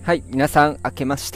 はい、皆さん、明けまして、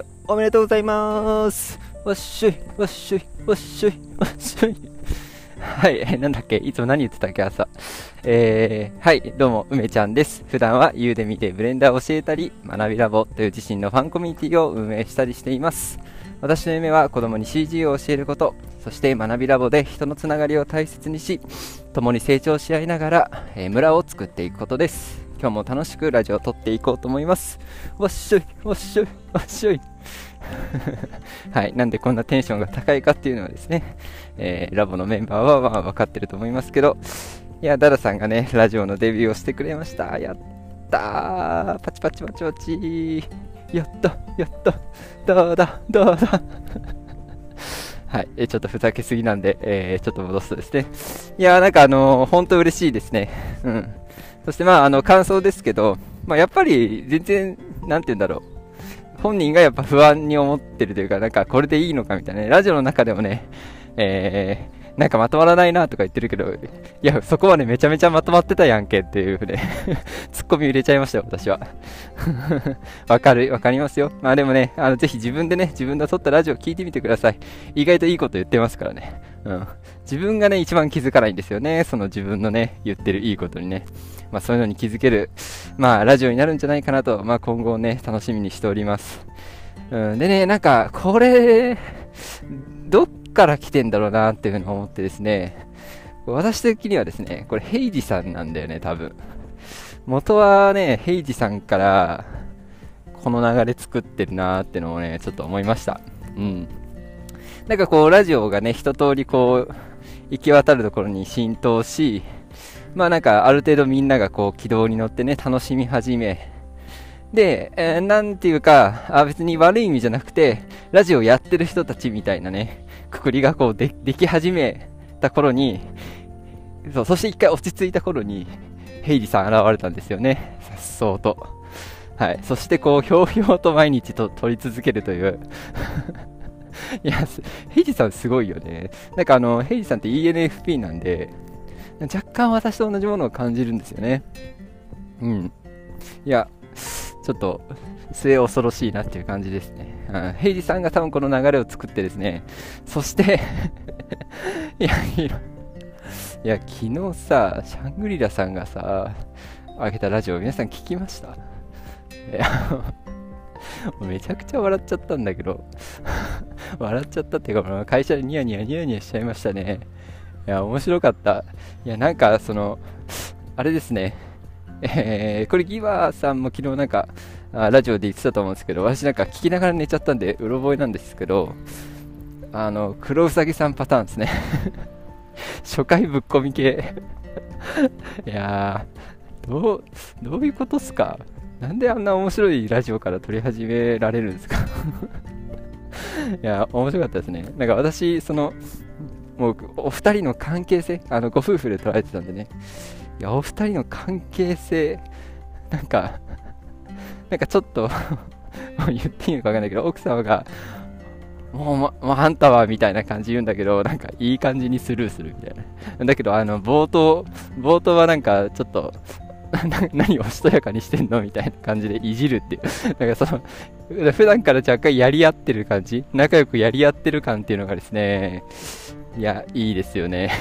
おめでとうございます。わっしょい、わっしょい、わっしょい、わっしょい。はい、なんだっけ、いつも何言ってたっけ、朝。はい、どうも、梅ちゃんです。普段はユーデミでブレンダーを教えたり、学びラボという自身のファンコミュニティを運営したりしています。私の夢は子供に CG を教えること、そして学びラボで人のつながりを大切にし、共に成長し合いながら、村を作っていくことです。今日も楽しくラジオを撮っていこうと思います。わっしょい、わっしょい、わっしょい。はい、なんでこんなテンションが高いかっていうのはですね、ラボのメンバーはまあ分かってると思いますけど、いや、ダダさんがね、ラジオのデビューをしてくれました。やったー、パチパチパチパチ、やった、やった、どうだ、どうだ。はい、ちょっとふざけすぎなんで、ちょっと戻すとですね。いやー、なんか本当嬉しいですね。うん。そしてまあ、感想ですけど、まあ、やっぱり全然、なんて言うんだろう。本人がやっぱ不安に思ってるというか、なんかこれでいいのかみたいなね。ラジオの中でもね、なんかまとまらないなとか言ってるけど、いや、そこはね、めちゃめちゃまとまってたやんけっていうね、ツッコミ入れちゃいましたよ、私は。わかりますよ。まあでもね、ぜひ自分でね、自分の撮ったラジオ聞いてみてください。意外といいこと言ってますからね。うん。自分がね、一番気づかないんですよね。その自分のね、言ってるいいことにね。まあそういうのに気づける、まあラジオになるんじゃないかなと、まあ今後ね、楽しみにしております。うん。でね、なんか、これ、どっから来てんだろうなっていうふうに思ってですね、私的にはですね、これヘイジさんなんだよね、多分。元はね、ヘイジさんからこの流れ作ってるなーってのをね、ちょっと思いました。うん。なんかこう、ラジオがね、一通りこう、行き渡るところに浸透し、まあなんかある程度みんながこう、軌道に乗ってね、楽しみ始め、で、なんていうか、別に悪い意味じゃなくて、ラジオやってる人たちみたいなね、くくりがこうでき始めた頃に、そして一回落ち着いた頃に、ヘイジさん現れたんですよね。さっそうと。はい。そしてこう、ひょうひょうと毎日と撮り続けるという。いや、ヘイジさんすごいよね。なんかヘイジさんって ENFP なんで、若干私と同じものを感じるんですよね。うん。いや、ちょっと、末恐ろしいなっていう感じですね。ヘイジさんが多分この流れを作ってですね、そしていや、昨日さ、シャングリラさんがさ、上げたラジオ、皆さん聞きました？いや、めちゃくちゃ笑っちゃったんだけど、笑っちゃったっていうか、会社でニヤニヤしちゃいましたね。いや、面白かった。いや、なんか、あれですね、これギバーさんも昨日なんかラジオで言ってたと思うんですけど、私なんか聞きながら寝ちゃったんでうろ覚えなんですけど、黒うさぎさんパターンですね。初回ぶっ込み系。いやー、どういうことっすか？なんであんな面白いラジオから撮り始められるんですか？いや、面白かったですね。なんか私、もうお二人の関係性、ご夫婦で撮られてたんでね、いや、お二人の関係性、なんかちょっと言っていいのかわかんないけど、奥様が、もうあんたはみたいな感じ言うんだけど、なんかいい感じにスルーするみたいな。だけど、冒頭はなんかちょっと、何をしとやかにしてんのみたいな感じでいじるっていう。なんか普段から若干やり合ってる感じ、仲良くやり合ってる感っていうのがですね、いや、いいですよね。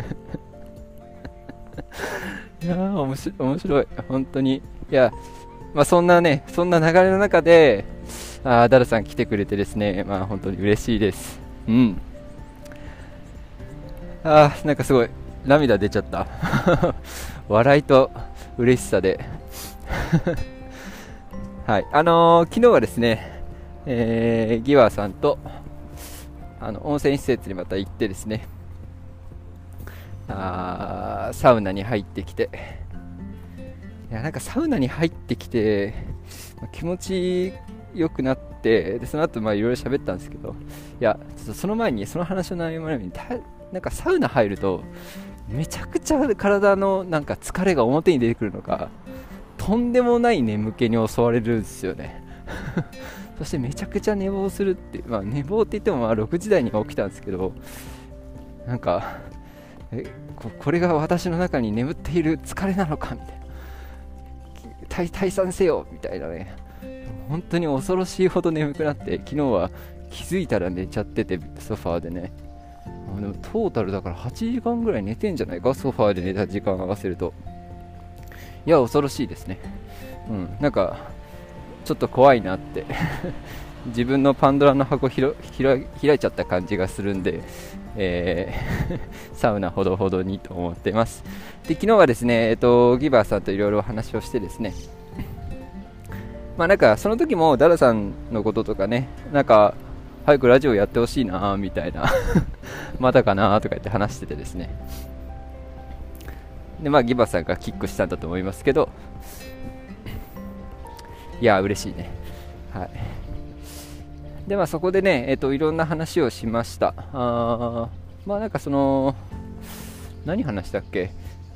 いやー、面白い。本当に。いや、まあそんな流れの中で、ダルさん来てくれてですね、まあ本当に嬉しいです。うん。なんかすごい、涙出ちゃった。笑いと嬉しさで。はい。昨日はですね、ギワーさんと、温泉施設にまた行ってですね、サウナに入ってきて、いや、なんかサウナに入ってきて、気持ち良くなって、でその後いろいろ喋ったんですけど、いや、ちょっとその前に、その話の内容の前に、なんかサウナ入ると、めちゃくちゃ体のなんか疲れが表に出てくるのか、とんでもない眠気に襲われるんですよね。そしてめちゃくちゃ寝坊するって、寝坊って言っても6時台には起きたんですけど、なんか、これが私の中に眠っている疲れなのかみたいな、退散せよみたいなね、 本当に恐ろしいほど眠くなって、昨日は気づいたら寝ちゃってて、ソファーでね。でもトータルだから8時間ぐらい寝てんじゃないか、ソファーで寝た時間合わせると。いや、恐ろしいですね。なんかちょっと怖いなって自分のパンドラの箱開いちゃった感じがするんで、サウナほどほどにと思ってます。で、昨日はですね、ギバーさんといろいろ話をしてですね、なんかその時もダラさんのこととかね、なんか早くラジオやってほしいなみたいなまだかなとか言って話しててですね、でギバーさんがキックしたんだと思いますけど、いや嬉しいね。はい。でそこでね、いろんな話をしました。なんか何話したっけ。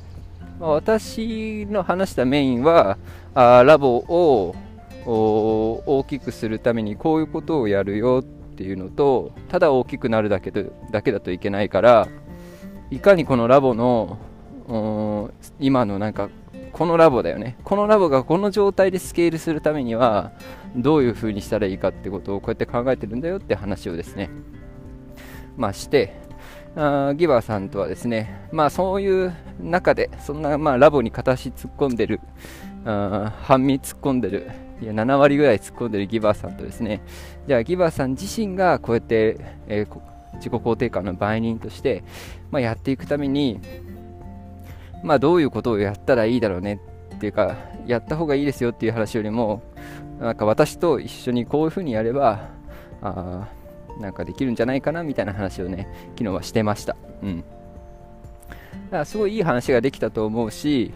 私の話したメインはラボを大きくするためにこういうことをやるよっていうのと、ただ大きくなるだけだといけないから、いかにこのラボの今のなんかこのラボだよね、このラボがこの状態でスケールするためにはどういう風にしたらいいかってことをこうやって考えてるんだよって話をですねして、ギバーさんとはですね、そういう中でそんなラボに片足突っ込んでる、半身突っ込んでる、いや7割ぐらい突っ込んでるギバーさんとですね、じゃあギバーさん自身がこうやって、自己肯定感の売人として、やっていくためにどういうことをやったらいいだろうねっていうか、やった方がいいですよっていう話よりも、なんか私と一緒にこういう風にやればなんかできるんじゃないかなみたいな話をね、昨日はしてました。だからすごいいい話ができたと思うし、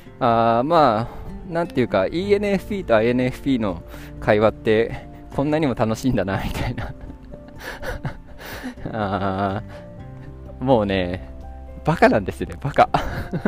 なんていうか ENFP と INFP の会話ってこんなにも楽しいんだなみたいなもうね、バカなんですね、バカ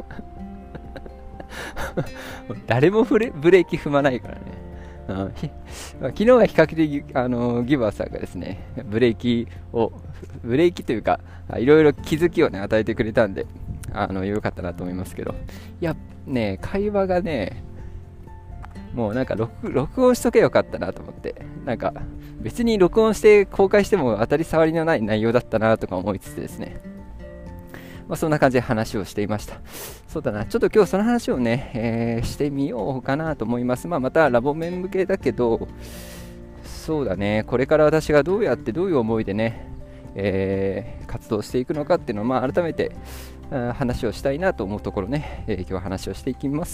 誰もブレーキ踏まないからね。昨日は比較的ギバーさんがですね、ブレーキというかいろいろ気づきをね与えてくれたんで良かったなと思いますけど、いやね、会話がね、もうなんか録音しとけよかったなと思って、なんか別に録音して公開しても当たり障りのない内容だったなとか思いつつですね、そんな感じで話をしていました。そうだな、ちょっと今日その話をね、してみようかなと思います。またラボ面向けだけど、そうだね、これから私がどうやってどういう思いでね、活動していくのかっていうのを改めて話をしたいなと思うところね、今日は話をしていきます。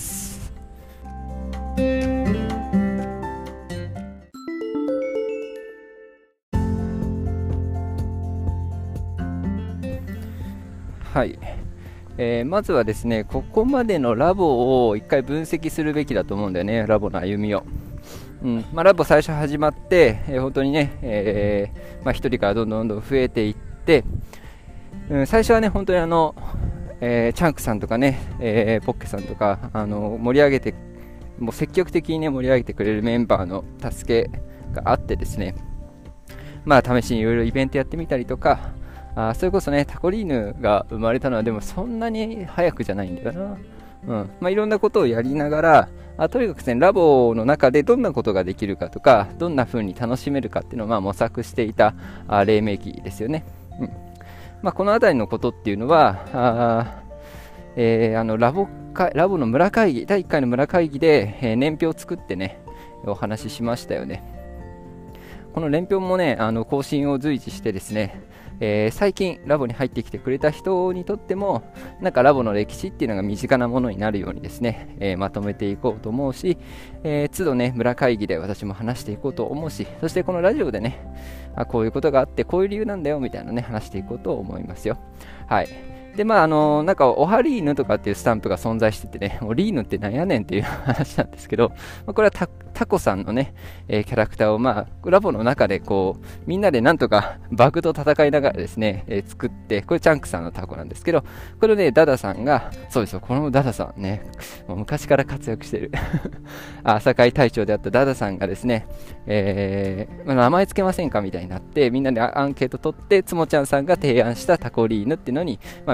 はい。まずはですね、ここまでのラボを一回分析するべきだと思うんだよね、ラボの歩みを。ラボ最初始まって、本当にね、1人からどんどん増えていって、最初はね、本当にチャンクさんとかね、ポッケさんとか盛り上げて、もう積極的にね盛り上げてくれるメンバーの助けがあってですね、試しにいろいろイベントやってみたりとか、それこそね、タコリーヌが生まれたのはでもそんなに早くじゃないんだよな。いろんなことをやりながら、とにかくね、ラボの中でどんなことができるかとか、どんな風に楽しめるかっていうのを模索していた黎明期ですよね。このあたりのことっていうのは、ラボの村会議、第1回の村会議で、年表を作ってね、お話ししましたよね。この年表もね、更新を随時してですね、最近ラボに入ってきてくれた人にとってもなんかラボの歴史っていうのが身近なものになるようにですね、まとめていこうと思うし、都度ね村会議で私も話していこうと思うし、そしてこのラジオでね、こういうことがあってこういう理由なんだよみたいなね話していこうと思いますよ。はい。でなんかオハリーヌとかっていうスタンプが存在しててね、もうリーヌってなんやねんっていう話なんですけど、これはタコさんのね、キャラクターをラボの中でこうみんなでなんとかバグと戦いながらですね、作って、これチャンクさんのタコなんですけど、これをねダダさんが、そうですよ、このダダさんね、もう昔から活躍してる朝会隊長であったダダさんがですね、名前つけませんかみたいになって、みんなでアンケート取って、つもちゃんさんが提案したタコリーヌっていうのに、み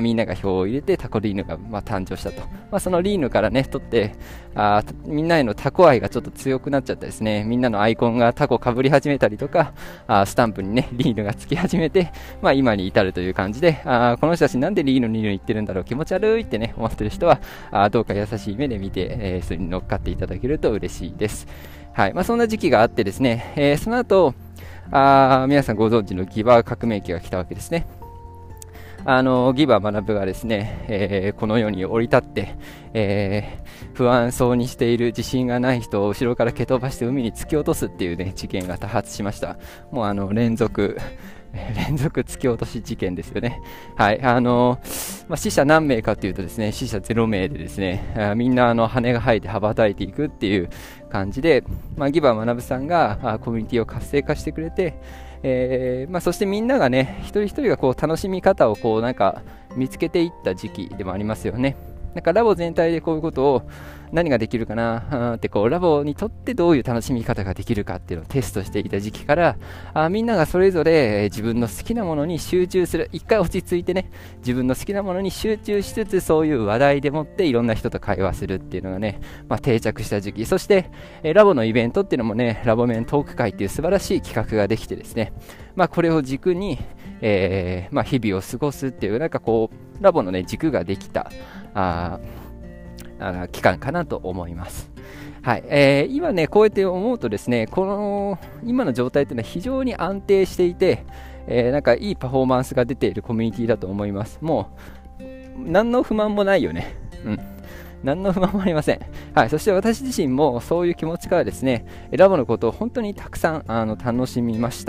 みんなが票を入れてタコリーヌが誕生したと。そのリーヌからね、取って、みんなへのタコ愛がちょっと強くなっちゃったですね。みんなのアイコンがタコ被り始めたりとか、スタンプにね、リーヌがつき始めて、今に至るという感じで、この人たちなんでリーヌ言ってるんだろう、気持ち悪いってね、思ってる人は、どうか優しい目で見て、それに乗っかっていただけると嬉しいです。はい。そんな時期があってですね、その後、皆さんご存知のギバー革命期が来たわけですね。ギバー学がですね、この世に降り立って、不安そうにしている自信がない人を後ろから蹴飛ばして海に突き落とすっていうね、事件が多発しました。もう連続突き落とし事件ですよね。はい。死者何名かというとですね、死者0名でですね、みんな羽が生えて羽ばたいていくっていう感じで、ギバー学さんがコミュニティを活性化してくれて、そしてみんながね、一人一人がこう楽しみ方をこうなんか見つけていった時期でもありますよね。なんかラボ全体でこういうことを何ができるかなってこうラボにとってどういう楽しみ方ができるかっていうのをテストしていた時期からみんながそれぞれ自分の好きなものに集中する、一回落ち着いてね、自分の好きなものに集中しつつそういう話題でもっていろんな人と会話するっていうのがね、定着した時期。そしてラボのイベントっていうのもね、ラボメントーク会っていう素晴らしい企画ができてですね、これを軸に、日々を過ごすっていうなんかこうラボのね軸ができた期間かなと思います。はい。今ねこうやって思うとですね、この今の状態っていうのは非常に安定していて、なんかいいパフォーマンスが出ているコミュニティだと思います。もう何の不満もないよね。何の不満もありません。はい。そして私自身もそういう気持ちからですね、ラボのことを本当にたくさん楽しみました。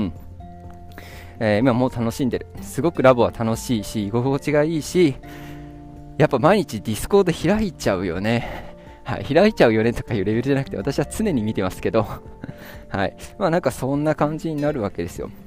今もう楽しんでる。すごくラボは楽しいし、居心地がいいし、やっぱ毎日ディスコード開いちゃうよね。はい、開いちゃうよねとかいうレベルじゃなくて、私は常に見てますけど、はい。なんかそんな感じになるわけですよ。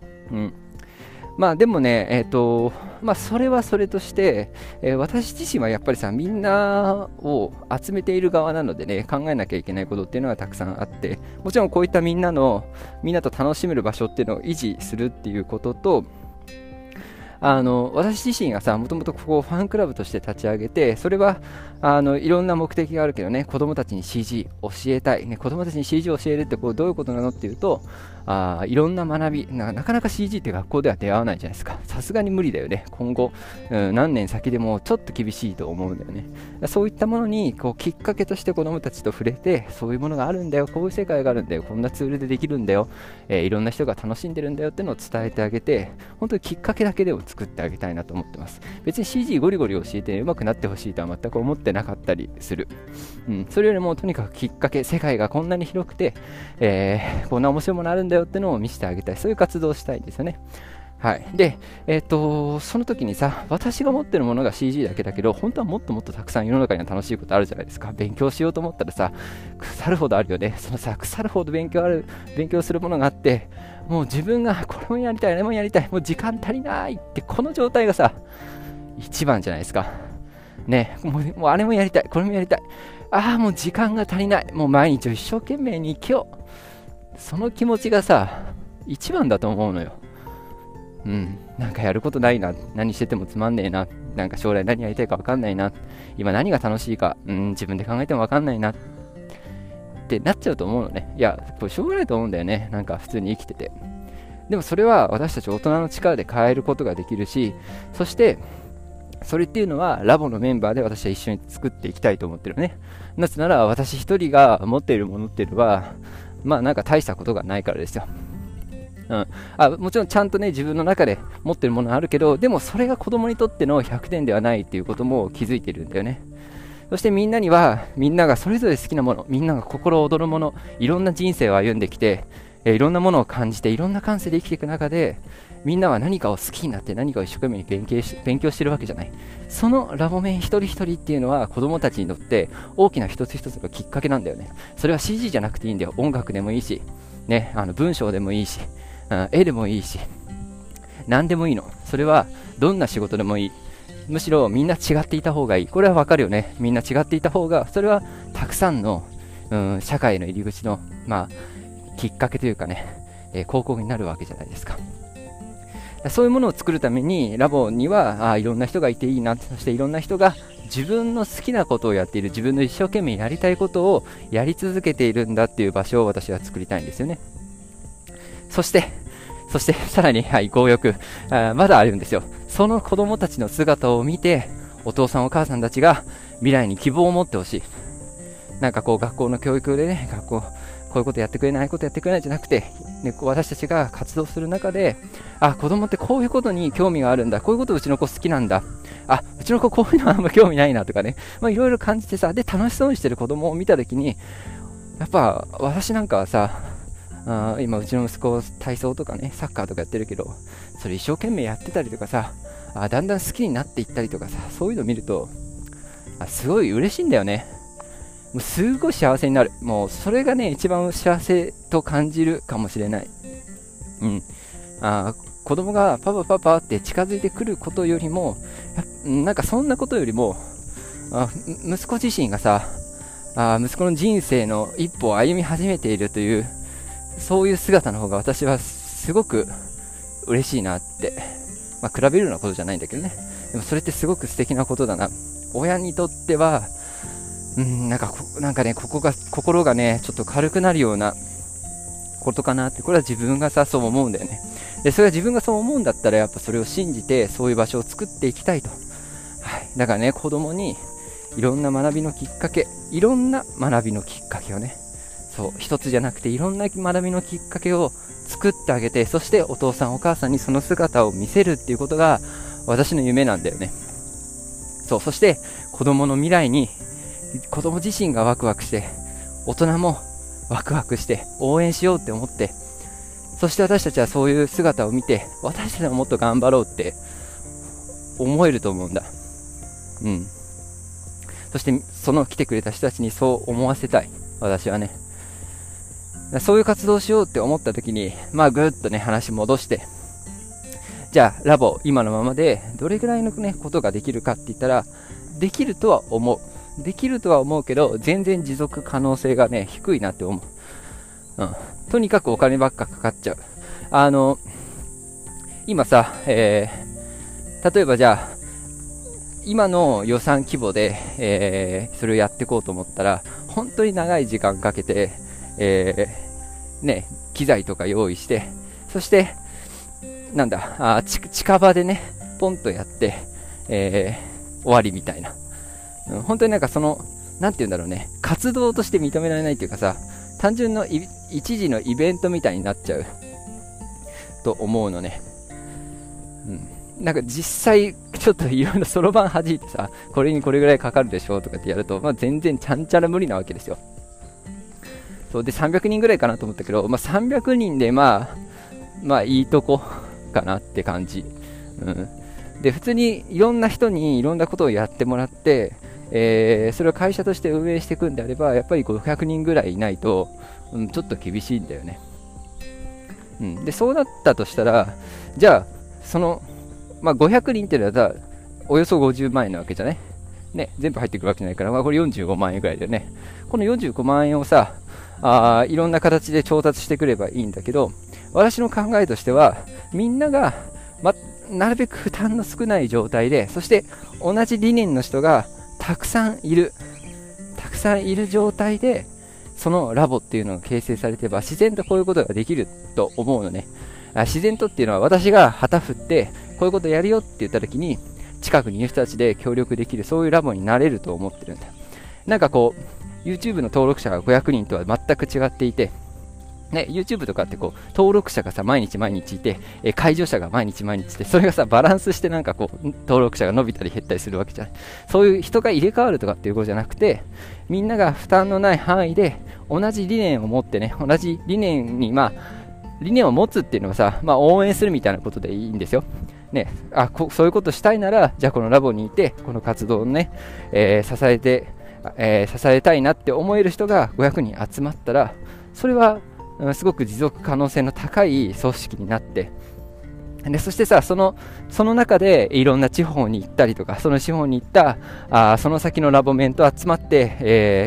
でもね、それはそれとして、私自身はやっぱりさ、みんなを集めている側なのでね、考えなきゃいけないことっていうのがたくさんあって、もちろんこういったみんなと楽しめる場所っていうのを維持するっていうことと、私自身がさ、もともとここをファンクラブとして立ち上げて、それはいろんな目的があるけどね、子供たちに CG 教えたい、ね、子供たちに CG を教えるってどういうことなのっていうと、いろんな学びなかなか CG って学校では出会わないじゃないですか。さすがに無理だよね。今後、何年先でもちょっと厳しいと思うんだよね。そういったものにこうきっかけとして子供たちと触れて、そういうものがあるんだよ、こういう世界があるんだよ、こんなツールでできるんだよ、いろんな人が楽しんでるんだよっていうのを伝えてあげて、本当にきっかけだけでも作ってあげたいなと思ってます。別に CG ゴリゴリ教えて、上手くなってほしいとは全く思ってなかったりする。それよりもとにかくきっかけ、世界がこんなに広くて、こんな面白いものあるんだよってのを見せてあげたい、そういう活動をしたいんですよね。はい。で、その時にさ、私が持ってるものが CG だけだけど、本当はもっともっとたくさん世の中には楽しいことあるじゃないですか。勉強しようと思ったらさ、腐るほどあるよね。そのさ、腐るほど勉強するものがあって、もう自分がこれもやりたい、あれもやりたい、もう時間足りないって、この状態がさ、一番じゃないですか。ね、もうあれもやりたい、これもやりたい。もう時間が足りない。もう毎日を一生懸命に生きよう。その気持ちがさ、一番だと思うのよ。なんかやることないな、何しててもつまんねえな、なんか将来何やりたいか分かんないな、今何が楽しいか、自分で考えても分かんないなってなっちゃうと思うのね。いや、これしょうがないと思うんだよね、なんか普通に生きてて。でもそれは私たち大人の力で変えることができるし、そしてそれっていうのはラボのメンバーで私は一緒に作っていきたいと思ってるね。なぜなら私一人が持っているものっていうのはなんか大したことがないからですよ。もちろんちゃんとね自分の中で持ってるものあるけど、でもそれが子供にとっての100点ではないっていうことも気づいてるんだよね。そしてみんなにはみんながそれぞれ好きなもの、みんなが心躍るもの、いろんな人生を歩んできて、いろんなものを感じていろんな感性で生きていく中で、みんなは何かを好きになって何かを一生懸命に勉強してるわけじゃない。そのラボメン一人一人っていうのは子供たちにとって大きな一つ一つのきっかけなんだよね。それは CG じゃなくていいんだよ。音楽でもいいし、ね、文章でもいいし、絵でもいいし、何でもいいの。それはどんな仕事でもいい。むしろみんな違っていた方がいい。これはわかるよね。みんな違っていた方が、それはたくさんの、社会の入り口の、きっかけというかね、広告になるわけじゃないですか。 そういうものを作るためにラボにはいろんな人がいていいな、そしていろんな人が自分の好きなことをやっている、自分の一生懸命やりたいことをやり続けているんだっていう場所を私は作りたいんですよね。そしてさらに、強欲まだあるんですよ。その子供たちの姿を見て、お父さんお母さんたちが未来に希望を持ってほしい。なんかこう学校の教育でね、こういうことやってくれない、ああいうことやってくれないじゃなくて、ね、私たちが活動する中で、子供ってこういうことに興味があるんだ、こういうことうちの子好きなんだ、うちの子こういうのはあんま興味ないなとかね、いろいろ感じてさ、で楽しそうにしてる子供を見たときに、やっぱ私なんかはさ、今うちの息子体操とかね、サッカーとかやってるけど、それ一生懸命やってたりとかさ、だんだん好きになっていったりとかさ、そういうの見るとすごい嬉しいんだよね。もうすごい幸せになる。もうそれがね、一番幸せと感じるかもしれない。子供がパパパパって近づいてくることよりも、なんかそんなことよりも、息子自身がさ、息子の人生の一歩を歩み始めているという、そういう姿の方が私はすごく嬉しいなって、比べるようなことじゃないんだけどね。でもそれってすごく素敵なことだな。親にとってはなんかね、心がね、ちょっと軽くなるようなことかなって、これは自分がさ、そう思うんだよね。で、それは自分がそう思うんだったら、やっぱそれを信じて、そういう場所を作っていきたいと。だからね、子供にいろんな学びのきっかけをね、一つじゃなくていろんな学びのきっかけを作ってあげて、そしてお父さんお母さんにその姿を見せるっていうことが私の夢なんだよね。そして子供の未来に子供自身がワクワクして、大人もワクワクして応援しようって思って、そして私たちはそういう姿を見て、私たちはもっと頑張ろうって思えると思うんだ。そしてその来てくれた人たちにそう思わせたい、私はね。そういう活動をしようって思った時に、ぐっとね、話戻して、じゃあラボ今のままでどれぐらいのね、ことができるかって言ったら、できるとは思うけど、全然持続可能性がね、低いなって思う。とにかくお金ばっかかかっちゃう。今さ、例えばじゃあ今の予算規模で、それをやっていこうと思ったら、本当に長い時間かけて、機材とか用意して、そして近場でね、ポンとやって、終わりみたいな。本当になんていうんだろうね、活動として認められないっていうかさ、単純の一時のイベントみたいになっちゃうと思うのね。なんか実際ちょっといろいろそろばん弾いてさ、これにこれぐらいかかるでしょとかってやると、全然ちゃんちゃら無理なわけですよ。で300人ぐらいかなと思ったけど、300人でいいとこかなって感じ。で普通にいろんな人にいろんなことをやってもらって、それを会社として運営していくんであれば、やっぱり500人ぐらいいないと、ちょっと厳しいんだよね。でそうなったとしたら、じゃあ500人っていうのはおよそ50万円なわけじゃね、全部入ってくるわけじゃないから、これ45万円ぐらいだよね。この45万円をさ、いろんな形で調達してくればいいんだけど、私の考えとしては、みんなが、なるべく負担の少ない状態で、そして同じ理念の人がたくさんいる状態で、そのラボっていうのが形成されてば、自然とこういうことができると思うのね。自然とっていうのは、私が旗振ってこういうことやるよって言った時に、近くにいる人たちで協力できる、そういうラボになれると思ってるんだ。なんかこう YouTube の登録者が500人とは全く違っていて、YouTube とかって登録者がさ、毎日いて、介助者が毎日いて、それがさ、バランスして登録者が伸びたり減ったりするわけじゃない。そういう人が入れ替わるとかっていうことじゃなくて、みんなが負担のない範囲で同じ理念を持ってね、同じ理念に理念を持つっていうのはさ、応援するみたいなことでいいんですよ。そういうことしたいなら、じゃあこのラボにいて、この活動をね、支えたいなって思える人が500人集まったら、それはすごく持続可能性の高い組織になって、そしてさ、その中でいろんな地方に行ったりとか、その地方に行ったその先のラボメンと集まって、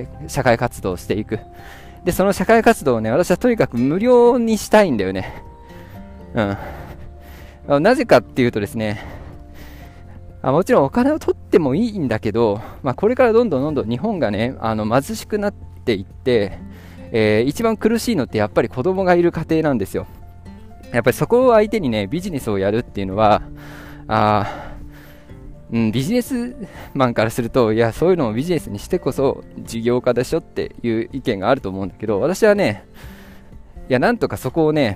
社会活動をしていく。でその社会活動をね、私はとにかく無料にしたいんだよね。 なぜかっていうとですね、もちろんお金を取ってもいいんだけど、これからどんどん日本がね、貧しくなっていって、一番苦しいのってやっぱり子供がいる家庭なんですよ。やっぱりそこを相手にね、ビジネスをやるっていうのは、ビジネスマンからすると、いや、そういうのをビジネスにしてこそ事業家でしょっていう意見があると思うんだけど、私はね、いや、なんとかそこをね、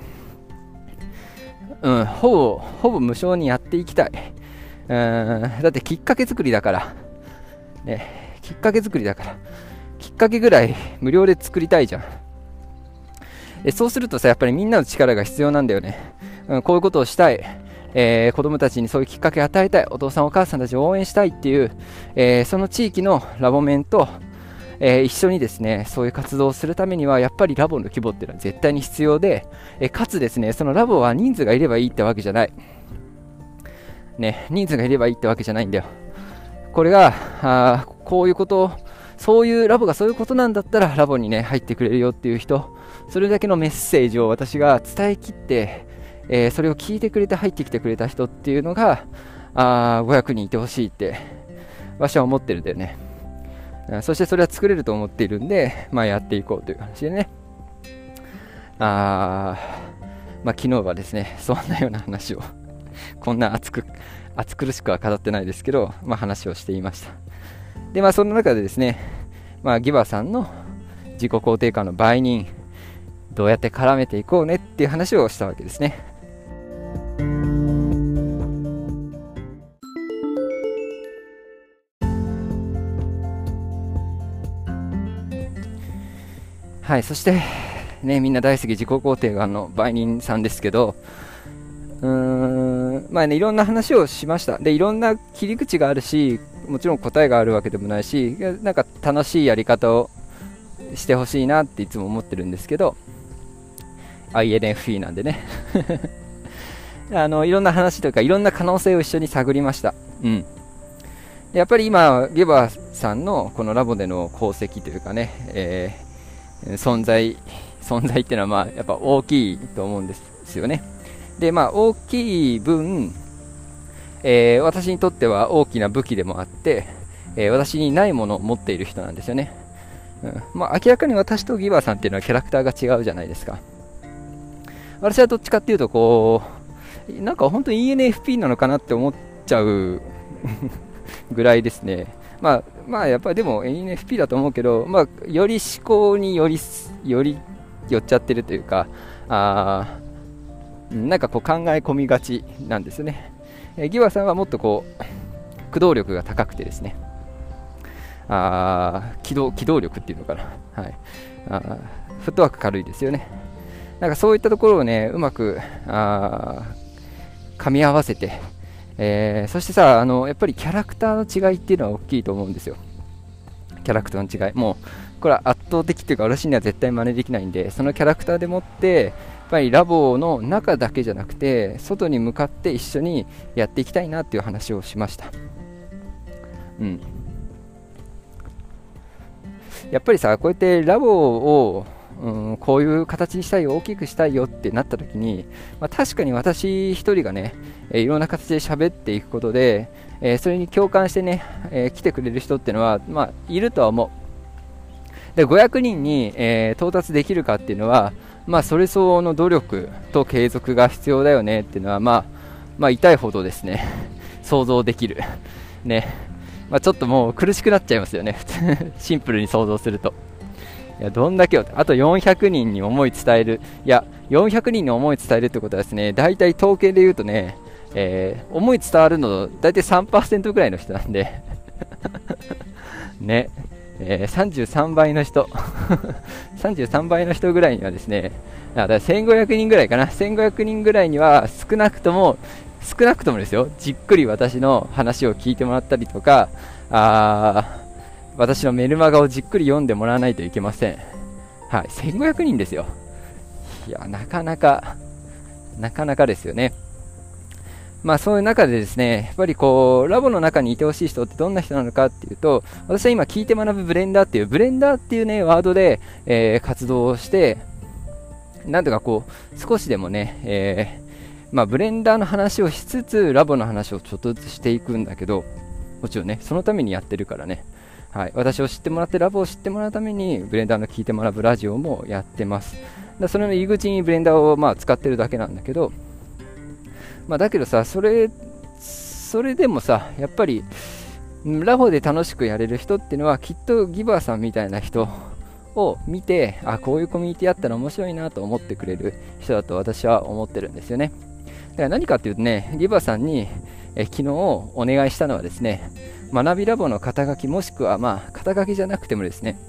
ほぼ無償にやっていきたい。だってきっかけ作りだから、ね、きっかけぐらい無料で作りたいじゃん。そうするとさ、やっぱりみんなの力が必要なんだよね。こういうことをしたい。子供たちにそういうきっかけを与えたい、お父さんお母さんたちを応援したいっていう、その地域のラボメンと、一緒にですね、そういう活動をするためにはやっぱりラボの規模っていうのは絶対に必要で、かつですね、そのラボは人数がいればいいってわけじゃない、ね、人数がいればいいってわけじゃないんだよ。これがこういうこと、そういうラボがそういうことなんだったらラボにね入ってくれるよっていう人、それだけのメッセージを私が伝えきって、それを聞いてくれて入ってきてくれた人っていうのが500人いてほしいって私は思ってるんだよね。そしてそれは作れると思っているんで、やっていこうという話でね、昨日はですね、そんなような話をこんな暑苦しくは語ってないですけど、話をしていました。で、その中でですね、ギバさんの自己肯定感の倍人、どうやって絡めていこうねっていう話をしたわけですね。はい、そしてね、みんな大好き自己肯定感の売人さんですけど、いろんな話をしました。で、いろんな切り口があるし、もちろん答えがあるわけでもないし、なんか楽しいやり方をしてほしいなっていつも思ってるんですけど、INFP なんでねいろんな話とかいろんな可能性を一緒に探りました。やっぱり今ゲバさんのこのラボでの功績というかね、存在っていうのはやっぱ大きいと思うんですよね。で、大きい分、私にとっては大きな武器でもあって、私にないものを持っている人なんですよね。明らかに私とギバーさんっていうのはキャラクターが違うじゃないですか。私はどっちかっていうとなんか本当に ENFP なのかなって思っちゃうぐらいですね。やっぱりでも ENFP だと思うけど、より思考により寄っちゃってるというか、なんか考え込みがちなんですね。ギバーさんはもっと駆動力が高くてですね、機動力っていうのかな、フットワーク軽いですよね。なんかそういったところをね、うまく噛み合わせて、そしてさ、やっぱりキャラクターの違いっていうのは大きいと思うんですよ。キャラクターの違い、もうこれは圧倒的っていうか、私には絶対真似できないんで、そのキャラクターでもってやっぱりラボの中だけじゃなくて外に向かって一緒にやっていきたいなっていう話をしました。やっぱりさ、こうやってラボをこういう形にしたいよ、大きくしたいよってなった時に、確かに私一人がね、いろんな形で喋っていくことで、それに共感してね、来てくれる人っていうのは、いるとは思う。で、500人に、到達できるかっていうのは、それ相応の努力と継続が必要だよねっていうのは、痛いほどですね想像できるね。ちょっともう苦しくなっちゃいますよねシンプルに想像すると。いや、どんだけよ、あと400人に思い伝える。いや、400人に思い伝えるってことはですね、大体統計で言うとね、思い伝わるの大体 3% ぐらいの人なんでね、33倍の人33倍の人ぐらいにはですね、だから1500人ぐらいかな、1500人ぐらいには少なくともですよ、じっくり私の話を聞いてもらったりとか、私のメルマガをじっくり読んでもらわないといけません。はい、1500人ですよ。いや、なかなかですよね。そういう中でですね、やっぱりラボの中にいてほしい人ってどんな人なのかっていうと、私は今聞いて学ぶブレンダーっていうね、ワードで、活動をして、なんとか少しでもね、 ブレンダーの話をしつつラボの話をちょっとずつしていくんだけど、もちろんねそのためにやってるからね、はい、私を知ってもらってラボを知ってもらうためにブレンダーの聞いてもらうラジオもやってます。それの入り口にブレンダーを使ってるだけなんだけど、だけどさ、それでもさ、やっぱりラボで楽しくやれる人っていうのはきっとギバーさんみたいな人を見て、こういうコミュニティあったら面白いなと思ってくれる人だと私は思ってるんですよね。だから何かっていうとね、ギバーさんに昨日お願いしたのはですね、学びラボの肩書き、もしくは肩書きじゃなくてもですね、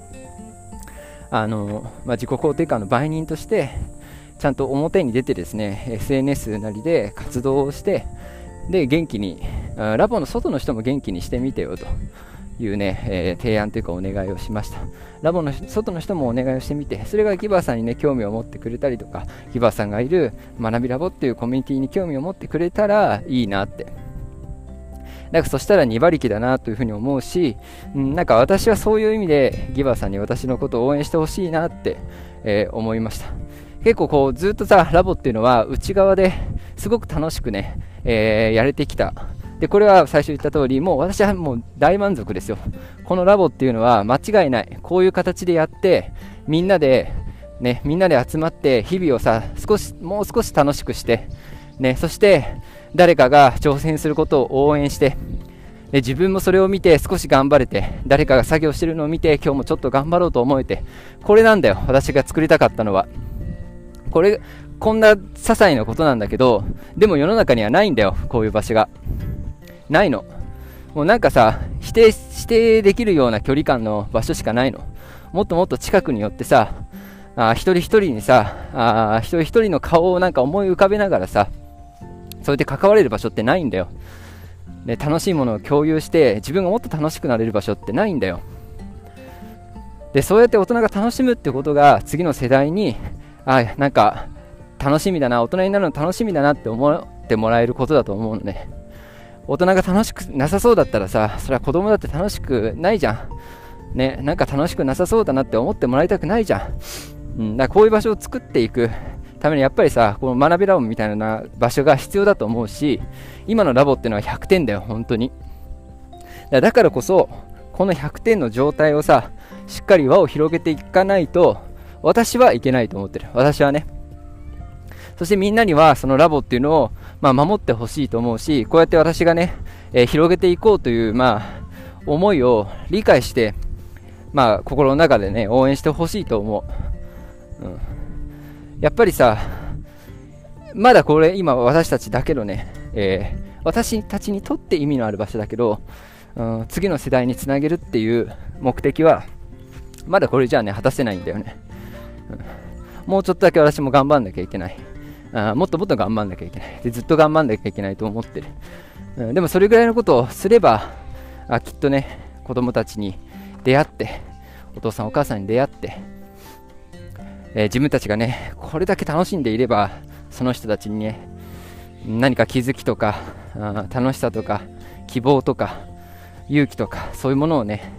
自己肯定感の売人としてちゃんと表に出てですね、 SNS なりで活動をして、で元気にラボの外の人も元気にしてみてよというね、提案というかお願いをしました。ラボの外の人もお願いをしてみて、それがギバーさんにね興味を持ってくれたりとか、ギバーさんがいる学びラボっていうコミュニティに興味を持ってくれたらいいなって、そしたら2馬力だなというふうに思うし、私はそういう意味でギバーさんに私のことを応援してほしいなって、思いました。結構ずっとさ、ラボっていうのは内側ですごく楽しくね、やれてきた。でこれは最初言った通り、もう私はもう大満足ですよ。このラボっていうのは間違いない。こういう形でやってみんなで集まって日々をさ、もう少し楽しくしてね、そして誰かが挑戦することを応援して、で自分もそれを見て少し頑張れて、誰かが作業してるのを見て今日もちょっと頑張ろうと思えて、これなんだよ私が作りたかったのは。こんな些細なことなんだけど、でも世の中にはないんだよ、こういう場所がないの。もうさ、否定できるような距離感の場所しかないの。もっともっと近くに寄ってさ、一人一人にさ、一人一人の顔を思い浮かべながらさ、そうやって関われる場所ってないんだよ。で楽しいものを共有して自分がもっと楽しくなれる場所ってないんだよ。でそうやって大人が楽しむってことが次の世代に楽しみだな、大人になるの楽しみだなって思ってもらえることだと思うのね。大人が楽しくなさそうだったらさ、それは子供だって楽しくないじゃんね。楽しくなさそうだなって思ってもらいたくないじゃん。だからこういう場所を作っていくためにやっぱりさ、この学びラボみたいな場所が必要だと思うし、今のラボっていうのは100点だよ本当に。だからこそこの100点の状態をさ、しっかり輪を広げていかないと私はいけないと思ってる。私はね。そしてみんなにはそのラボっていうのを守ってほしいと思うし、こうやって私がね、広げていこうという思いを理解して、心の中でね応援してほしいと思う。やっぱりさ、まだこれ今私たちだけのね、私たちにとって意味のある場所だけど、次の世代につなげるっていう目的はまだこれじゃあね果たせないんだよね。もうちょっとだけ私も頑張んなきゃいけない。もっともっと頑張んなきゃいけない。でずっと頑張んなきゃいけないと思ってる。でもそれぐらいのことをすればきっとね、子供たちに出会って、お父さんお母さんに出会って、自分たちがねこれだけ楽しんでいれば、その人たちにね何か気づきとか楽しさとか希望とか勇気とかそういうものをね、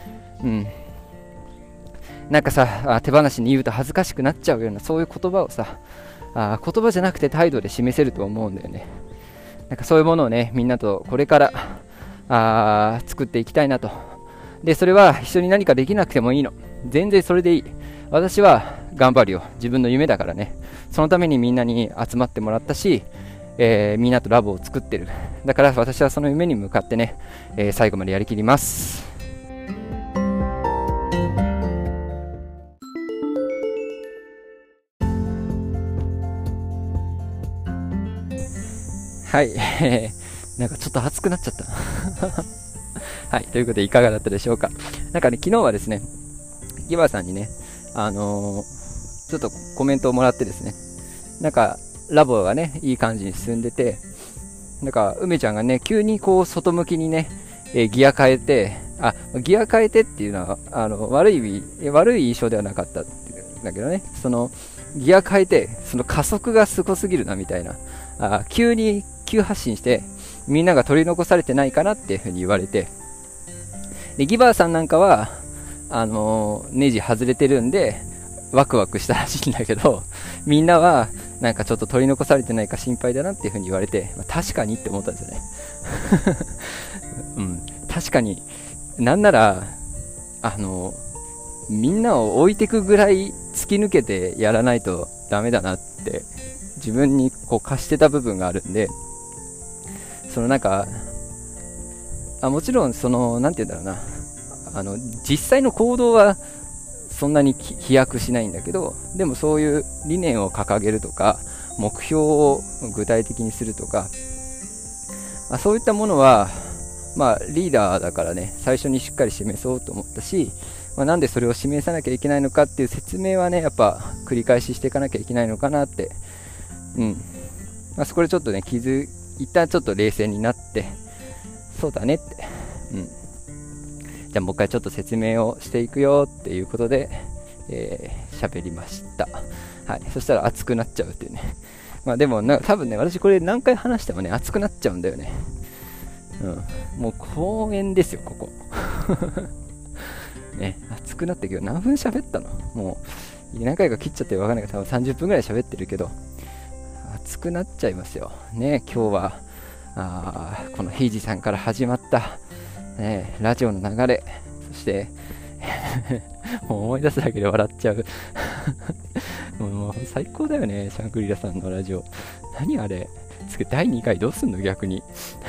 手放しに言うと恥ずかしくなっちゃうようなそういう言葉をさ、言葉じゃなくて態度で示せると思うんだよね。そういうものをねみんなとこれから作っていきたいなと。でそれは一緒に何かできなくてもいいの、全然それでいい。私は頑張るよ、自分の夢だからね。そのためにみんなに集まってもらったし、みんなとラボを作ってる。だから私はその夢に向かってね、最後までやりきります。はい、ちょっと熱くなっちゃったはい、ということでいかがだったでしょうか。昨日はですね、ギバーさんにね、ちょっとコメントをもらってですね、ラボがねいい感じに進んでて、梅ちゃんがね急に外向きにね、ギア変えて、ギア変えてっていうのは悪い印象ではなかったんだけどね、そのギア変えてその加速がすごすぎるなみたいな、急発進してみんなが取り残されてないかなっていうふうに言われて、でギバーさんなんかはネジ外れてるんでワクワクしたらしいんだけど、みんなはなんかちょっと取り残されてないか心配だなっていう風に言われて、確かにって思ったんですよね。うん、確かに、なんならみんなを置いてくぐらい突き抜けてやらないとダメだなって自分にこう貸してた部分があるんで、そのなんかもちろんそのなんて言うんだろうな、実際の行動はそんなに飛躍しないんだけど、でもそういう理念を掲げるとか目標を具体的にするとか、そういったものはリーダーだからね、最初にしっかり示そうと思ったし、なんでそれを示さなきゃいけないのかっていう説明はね、やっぱ繰り返ししていかなきゃいけないのかなって、そこでちょっとね一旦ちょっと冷静になって、そうだねって、じゃあもう一回ちょっと説明をしていくよっていうことで喋りました。はい、そしたら熱くなっちゃうっていうね。でも多分ね、私これ何回話してもね熱くなっちゃうんだよね。もう公園ですよここ。ね、熱くなって今日何分喋ったの？もう何回か切っちゃって分かんないけど、多分30分ぐらい喋ってるけど熱くなっちゃいますよね。今日はこのヘイジさんから始まった、ラジオの流れ、そしてもう思い出すだけで笑っちゃう。もう最高だよね、シャングリラさんのラジオ。何あれ、第2回どうすんの逆に。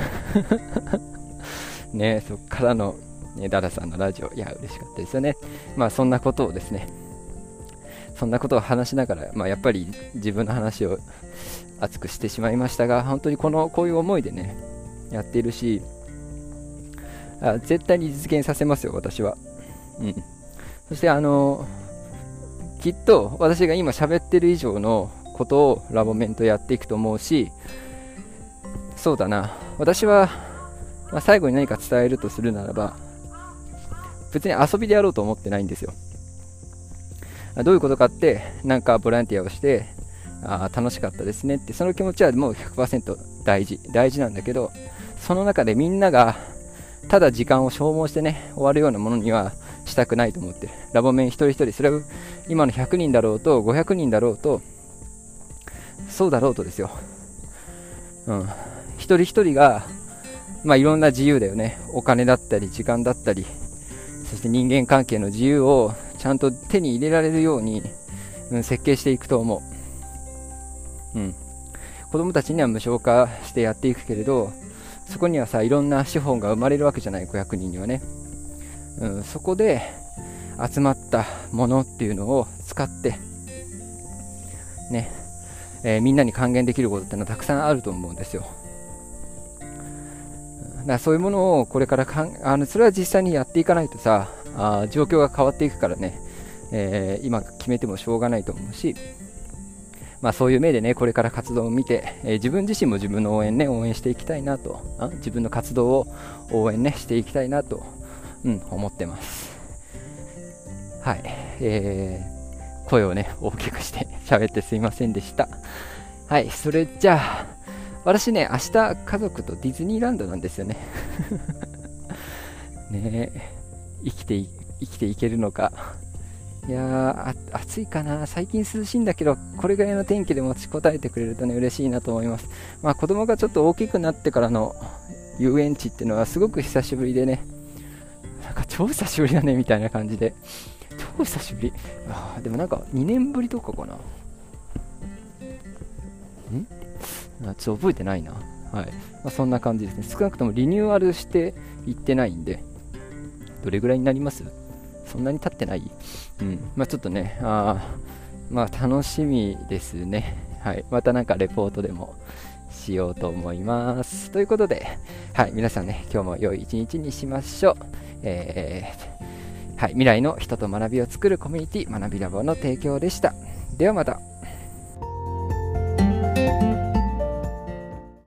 ね、そっからのダダさんのラジオ、いや嬉しかったですよね。そんなことをですね、そんなことを話しながら、やっぱり自分の話を熱くしてしまいましたが、本当にこういう思いでねやっているし、絶対に実現させますよ私は。そしてきっと私が今喋ってる以上のことをラボメンとやっていくと思うし、そうだな、私は、最後に何か伝えるとするならば、別に遊びでやろうと思ってないんですよ。どういうことかって、なんかボランティアをして楽しかったですねって、その気持ちはもう 100% 大事なんだけど、その中でみんながただ時間を消耗してね終わるようなものにはしたくないと思ってる。ラボメン一人一人、それは今の100人だろうと500人だろうとそうだろうとですよ、一人一人がいろんな自由だよね、お金だったり時間だったり、そして人間関係の自由をちゃんと手に入れられるように、設計していくと思う。子供たちには無償化してやっていくけれど、そこにはさ、いろんな資本が生まれるわけじゃない、500人にはね。そこで集まったものっていうのを使ってね、みんなに還元できることってのはたくさんあると思うんですよ。だからそういうものをこれからそれは実際にやっていかないとさ、状況が変わっていくからね、今決めてもしょうがないと思うし、そういう目でねこれから活動を見て、自分自身も自分の応援していきたいなと、自分の活動を応援していきたいなと、思ってます。はい、声をね大きくして喋ってすいませんでした。はい、それじゃあ私ね、明日家族とディズニーランドなんですよね。ねえ、生きていけるのか。いやー、暑いかな。最近涼しいんだけど、これぐらいの天気で持ちこたえてくれるとね嬉しいなと思います。子供がちょっと大きくなってからの遊園地っていうのはすごく久しぶりでね、なんか超久しぶりだねみたいな感じで、超久しぶり。でもなんか2年ぶりとかかな。ちょっと覚えてないな。はい。そんな感じですね。少なくともリニューアルしていってないんで、どれぐらいになります？そんなに経ってない？ちょっとね、楽しみですね。はい。またなんかレポートでもしようと思います。ということで、はい。皆さんね、今日も良い一日にしましょう。はい。未来の人と学びを作るコミュニティ、学びラボの提供でした。ではまた。